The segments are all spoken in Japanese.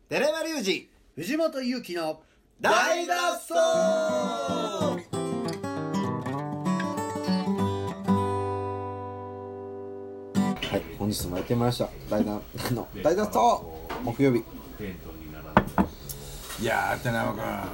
寺山隆二藤本勇樹の大脱走。はい、本日もやってまいりました大脱走木曜日。 いやー、寺山君、 はい、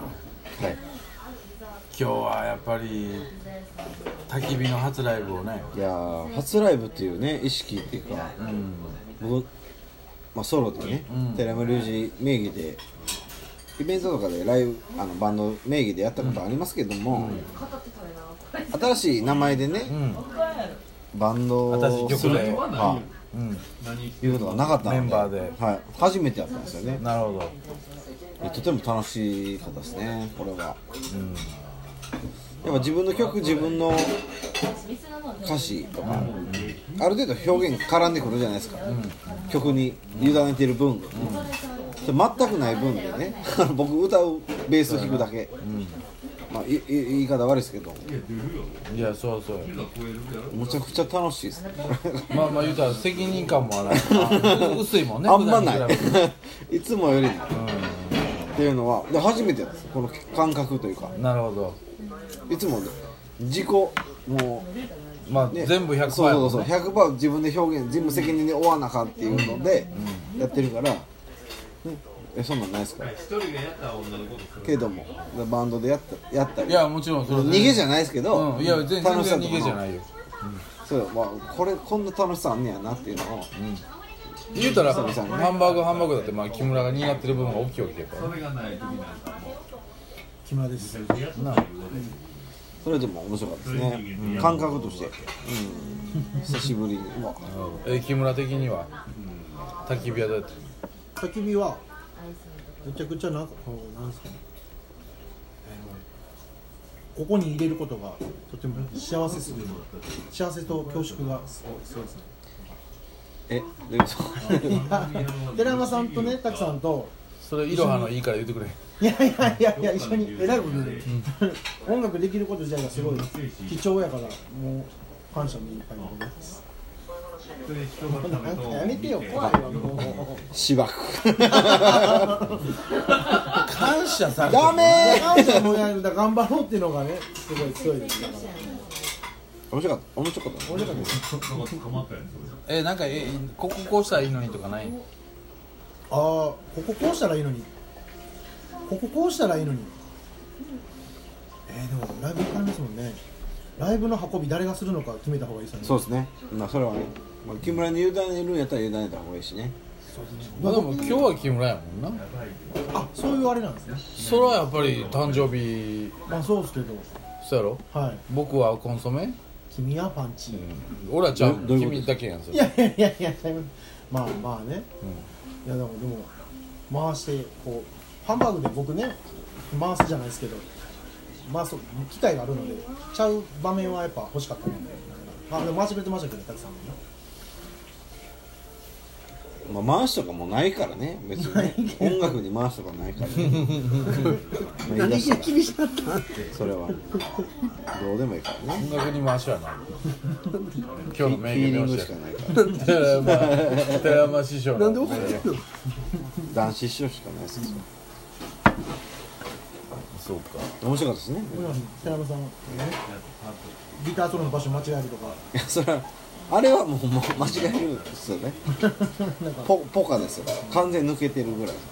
今日はやっぱり焚き火の初ライブをね。 いやー、初ライブっていうね、意識っていうか、僕、ソロでね、寺山隆二名義でイベントとかでライブバンド名義でやったことありますけども、新しい名前でね、バンドをするということがなかったので、 メンバーで、 はい、初めてやったんですよね。 なるほど。 とても楽しかったですね、これは。やっぱ自分の曲、自分の歌詞とか、ある程度表現絡んでくるじゃないですか、曲に委ねてる分、全くない分でね僕歌うベース弾くだけ、言い方悪いですけど、 いや、そうそう、 むちゃくちゃ楽しいですねまあ言うたら責任感もある薄いもんね、 あんまないいつもよりも、っていうのはで初めてやったんです、この感覚というか。 なるほど。 いつも自己もう、ね、 全部 100%、 そう 100% 自分で表現、全部責任で負わなあかんっていうのでやってるから、そんなんないですから。けどもバンドでやったり、 いや、もちろんそれ逃げじゃないですけど、 いや全然逃げじゃないよ。 そう、こんな楽しさあんねやなっていうのを、 言うたらハンバーグだって木村が担ってる部分が大きいわけやから。 木村です。 それでも面白かったですね、感覚として、久しぶりに。 木村的には焚き火はどうやって？ 焚き火はめちゃくちゃなんですかね、ここに入れることがとても幸せすぎる、幸せと恐縮がすごいですね。 どういうこと？ 寺山さんとね、滝さんと、 それいろはのいいから言ってくれ。 いや一緒にライブで音楽できること自体がすごい貴重やから、もう感謝のいっぱいでございます。なんかやめてよ、怖いわもう。 しばく感謝されてダメ感謝もやるだ、頑張ろうっていうのがね、すごい強いですから。 面白かった。 面白かったです。 なんかここうしたらいいのにとかない？ こここうしたらいいのに、こここうしたらいいのに。でもライブ行かれますもんね。ライブの運び誰がするのか決めた方がいいですよね。 そうですね。それはね、木村に委ねるんやったら委ねた方がいいしね。 でも今日は木村やもんな。 そういうあれなんですね。 それはやっぱり誕生日。 そうですけど。 そうやろ。はい。僕はコンソメ。 君はパンチ。 俺はちゃう。君だけやん。 いやまあね。いやでも回してこうハンバーグで僕ね回すじゃないですけど、機会があるのでちゃう場面はやっぱ欲しかったので、でも回してくれてましたけど、たくさんもね。回しとかもないからね、別にね音楽に回しとかないからね何で厳しかったんそれはどうでもいいからね。 音楽に回しはない今日の名言しかないから寺山師匠なんで怒ってるの？ 男子師匠しかないですけど、 そうか、 面白かったですね。 寺山さんギターソロの場所間違えるとか。 いや、それはあれはもう間違えるですよねポカですよ、完全に抜けてるぐらい。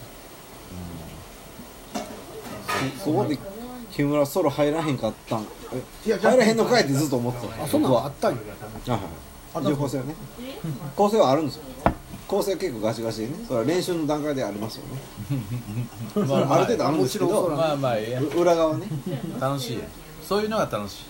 そこで木村ソロ入らへんかったん、入らへんのかいってずっと思ってた。 そんなのあったんよ。 一応構成はね、構成はあるんですよ。構成は結構ガチガチでね、それは練習の段階でありますよねある程度あるんですけど、裏側ね、 楽しい、そういうのが楽しい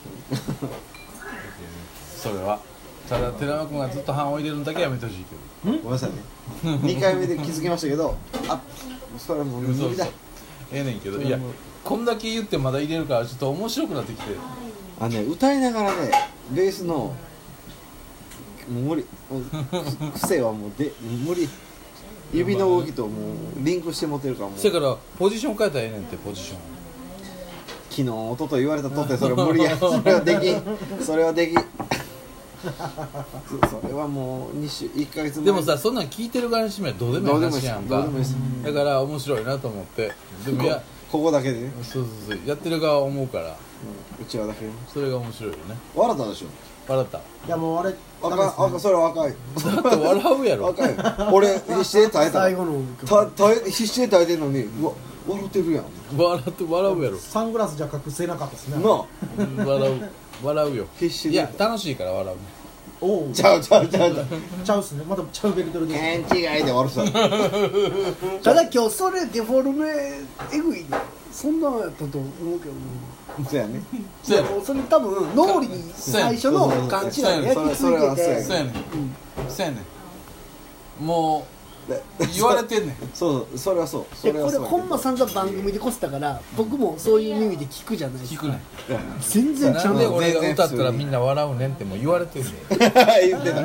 それはただ寺山君がずっと半を入れるのだけやめてほしいけど。ごめんなさいね2回目で気づきましたけど、それはもう無理だ。 ねんけど、いや、こんだけ言ってまだ入れるからちょっと面白くなってきて、 歌いながらね、ベースのもう無理、癖はもう無理、指の動きともうリンクして持てるから、もうそれからポジション変えたらええねんって。ポジション昨日、おととい言われたとって、それ無理やそれはできんそれはもう1ヶ月前でもさ、そんなん聞いてる側にしてみればどうでもいい話やんか。 どうでもいいですだから面白いなと思って。でもここだけでね、 そうやってる側は思うから、 うちわだけでねそれが面白いよね。 笑ったでしょ。 笑った。 いやもうあれそれは赤いだって笑うやろ。 赤い俺必死で耐えた最後の必死で耐えてんのにうわ笑ってるやん笑うやろ。 サングラスじゃ隠せなかったですね。 なあ笑うよ。 必死でいや楽しいから笑う。 おおちゃうちゃうっすね。またちゃうベクトルで。 違いで笑ってただ今日それデフォルメエグいね。そんなんやったと思うけどね。 たそうやねいやもうそれ多分脳裏に最初の勘違いで焼き付けてそうやねん。そうやねん。もう言われてんねん。 そうそれはそうそでこれれはそうほんま散々番組でこすったから僕もそういう耳で聞くじゃないですか。 聞くねん。 全然ちゃうんなで俺が歌ったらみんな笑うねんってもう言われてるねん。 言ってた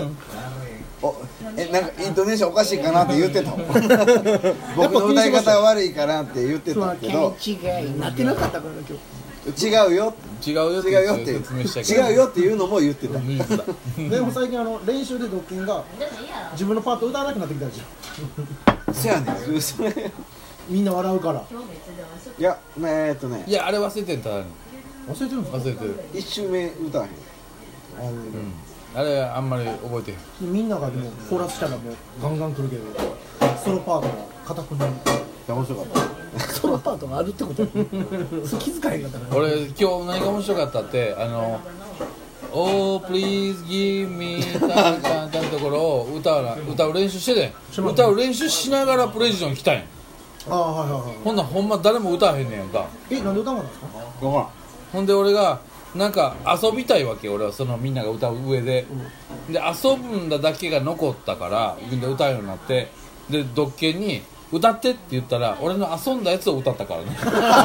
なんかイントネーションおかしいかなって言ってたもん僕の歌い方悪いかなって言ってたけど違いなってなかったから今日。 違うよ違うよって違うよって説明したけど。 違うよっていうのも言ってた言ってた。 でも最近練習でドッキンが自分のパート歌わなくなってきたでしょ。 そやねんそれみんな笑うから。 いやいやあれ忘れてんただに忘れてるんですか。 忘れてる。 一周目歌わへんあれあんまり覚えてへん。 みんながでもコーラスしたらもうガンガン来るけどソロパートが固くなる。 面白かったそのパートがあるってことそう気づかへんかったから。 俺今日何が面白かったってOh please give me タンタンタンところを歌う練習しててん。歌う練習しながらプレジション来たんやん。 ああはいはいはい。 ほんならほんま誰も歌わへんねやんか。 なんで歌わなかったんですか。 分かほんで俺がなんか遊びたいわけ。俺はそのみんなが歌う上で、で遊ぶんだけが残ったからで歌うようになって、でドッケンに歌ってって言ったら俺の遊んだやつを歌ったからね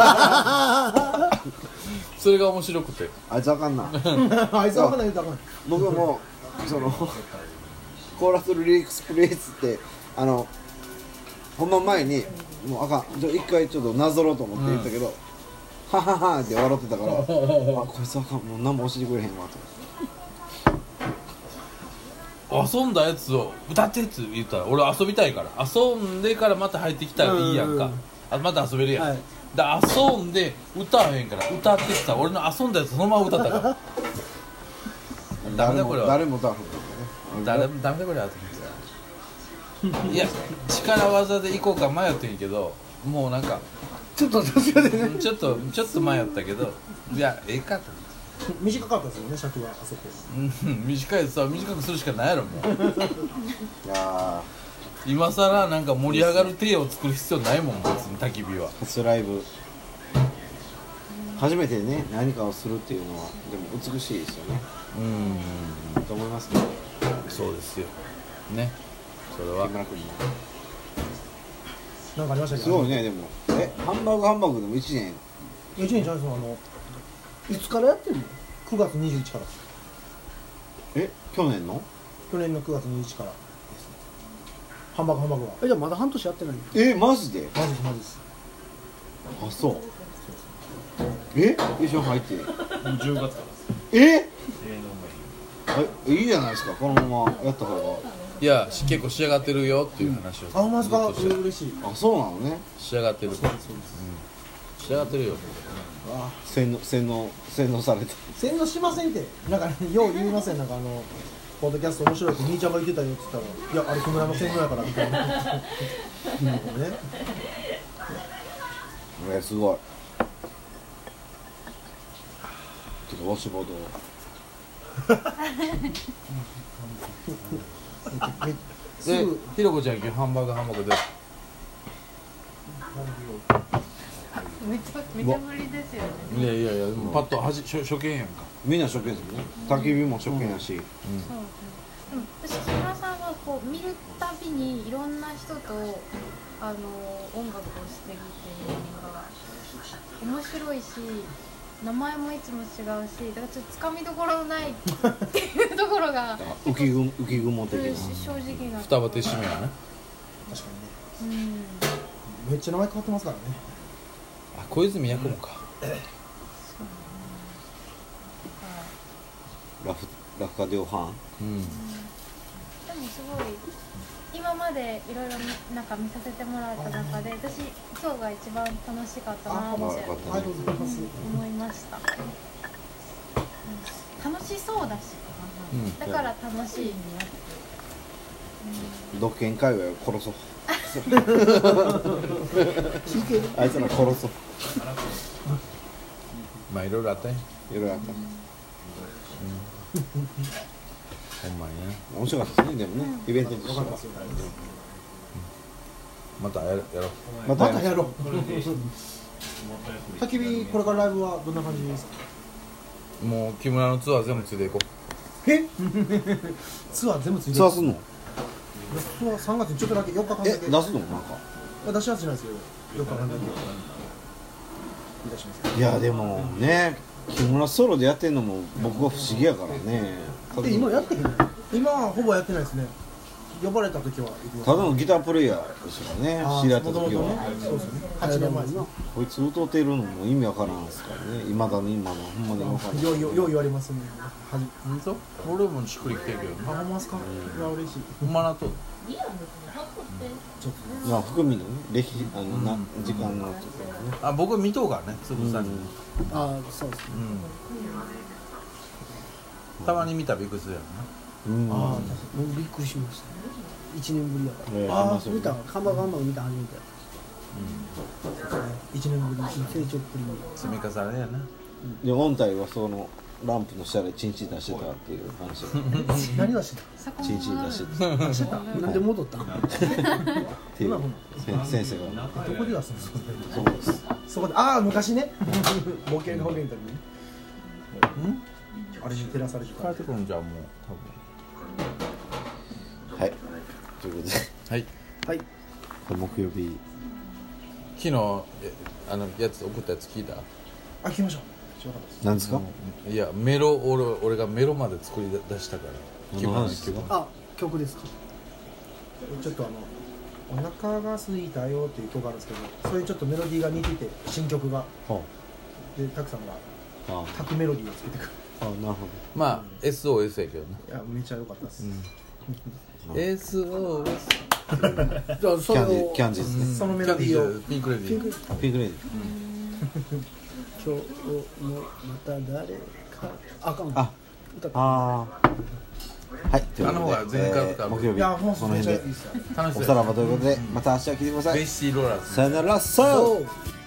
それが面白くて。 あいつあかんなあいつわかんない歌わかんない。 僕もそのコーラスリリックスプレイスって本番前にもうあかん一回ちょっとなぞろうと思って言ったけど、はははって笑ってたからあこいつあかんもう何も教えてくれへんわと遊んだやつを歌ってって言ったら俺遊びたいから遊んでからまた入ってきたらいいやんか。また遊べるやん、 はい、 で遊んで歌わへんから歌ってってたら俺の遊んだやつそのまま歌ったからダメだこれは。 誰も歌わへんかダメだこれはと思っていや力技でいこうか迷ってんけどもうなんかちょっと年が出ね。 ちょっと迷ったけどいやええかと短かったですよね尺があそこ。 思って、短いやつは短くするしかないやろもういや今さらなんか盛り上がる体を作る必要ないもん別に焚き火は。 初ライブ初めてね何かをするっていうのはでも美しいですよねと思いますけどそうですよね。それは木村君もなんかありましたっけ。 すごいねでもハンバーグでも1年 1年じゃないですか。 いつからやってんの。 9月21日から去年の去年の9月21日からです。ハンバーグはじゃあまだ半年やってないマジでマジですあそう一緒に入って 10月からいいじゃないですかこのままやった方がいや結構仕上がってるよっていう話を、 あマジかずっとして嬉しい。 あそうなのね仕上がってる仕上がってるよ。 洗脳されて洗脳しませんってなんか、ね、よう言いません。なんかポッドキャスト面白いって兄ちゃんが言ってたよって言ったらいやあれ木村の洗脳やからみたいなね。 すごいちょっとウォッシュボードでひろこちゃん今日ハンバーグでめちゃ無理ですよね。 いやでもパッと初見やんか。 みんな初見ですよね焚き火も初見やし、 そうですね。でも私木村さんはこう見るたびにいろんな人と音楽をしてるっていうのが面白いし、名前もいつも違うし、だからちょっとつかみどころのないっていうところが浮き雲的な正直な。 双葉手締めがね。 確かにね。 うん。 めっちゃ名前変わってますからね。 あ小泉八雲か。 ラフ落下量販うんでもすごい今までいろいろなんか見させてもらった中で私今日が一番楽しかったなってよかったねありがとうございます。 思いました、楽しそうだし、 うんだから楽しいになって独権界隈を殺そう聞いてるあいつら殺そうまあいろいろあったねいろいろあったほんまにね面白かったですねでもねイベントとしてはまたやろうままたやろう。焚き火これからライブはどんな感じですか？ もう木村のツアー全部ついていこえ？ツアー全部ついてる。 ツアーすんのツアー3月にちょっとだけ4日間だけ。 出すのなんか出しはしないですけど4日間だけ。いたします。 いやでもね木村ソロでやってんのも僕は不思議やからね今やってへんの？今はほぼやってないですね。呼ばれた時は行きます。 ただのギタープレイヤーですからねあー知り合った時元々 はねそうですよね。8年前ですね。 こいつ歌ってるのも意味わからんすからね今だに今のほんまにわからんよう言われますね。はじうほんと俺もしっくりきてるけどあ、ほんまですか？いや嬉しい。 ほんまなとちょっまあ含みのね歴史な時間のちょっとねあ僕見とうからねつぶさにああそうですねうんたまに見たらびっくりするやろなうんあ僕びっくりしました1年ぶりやからああー見た看板見た初めてや 1年ぶりに成長っぷりに積み重ねやなで音体はそのランプの下でチンチン出してたっていう話が何はした？ そこチンチン出してたなんで戻ったんっていう先生がどこで出すんですか？ そうですそこで昔ね模型の表現の時にあれに照らされてた。 帰ってくるんじゃんもうはいということで多分はいはい木曜日昨日やつ送ったやつ聞いたあ、聞きましょう。知らなかったです。 何ですかいやメロ俺がメロまで作り出したから何の話ですかあ曲ですかちょっとお腹が空いたよっていう曲があるんですけど、そういうちょっとメロディーが似てて新曲がはでたくさんがあタクメロディーをつけてくる。 あなるほまあ SOS やけどないやめちゃ良かったです。 SOS じゃあどそれをキャンディーですねそのメロディーをピンクレディーピンクレディ今日もまた誰かあかんあ歌ったあはいということであの方が全然数々 木曜日いやもうめこの辺でちゃいいですよ。 楽しそうやおさらばということでまた明日来てくださいベッシーローラーズさよならさよそう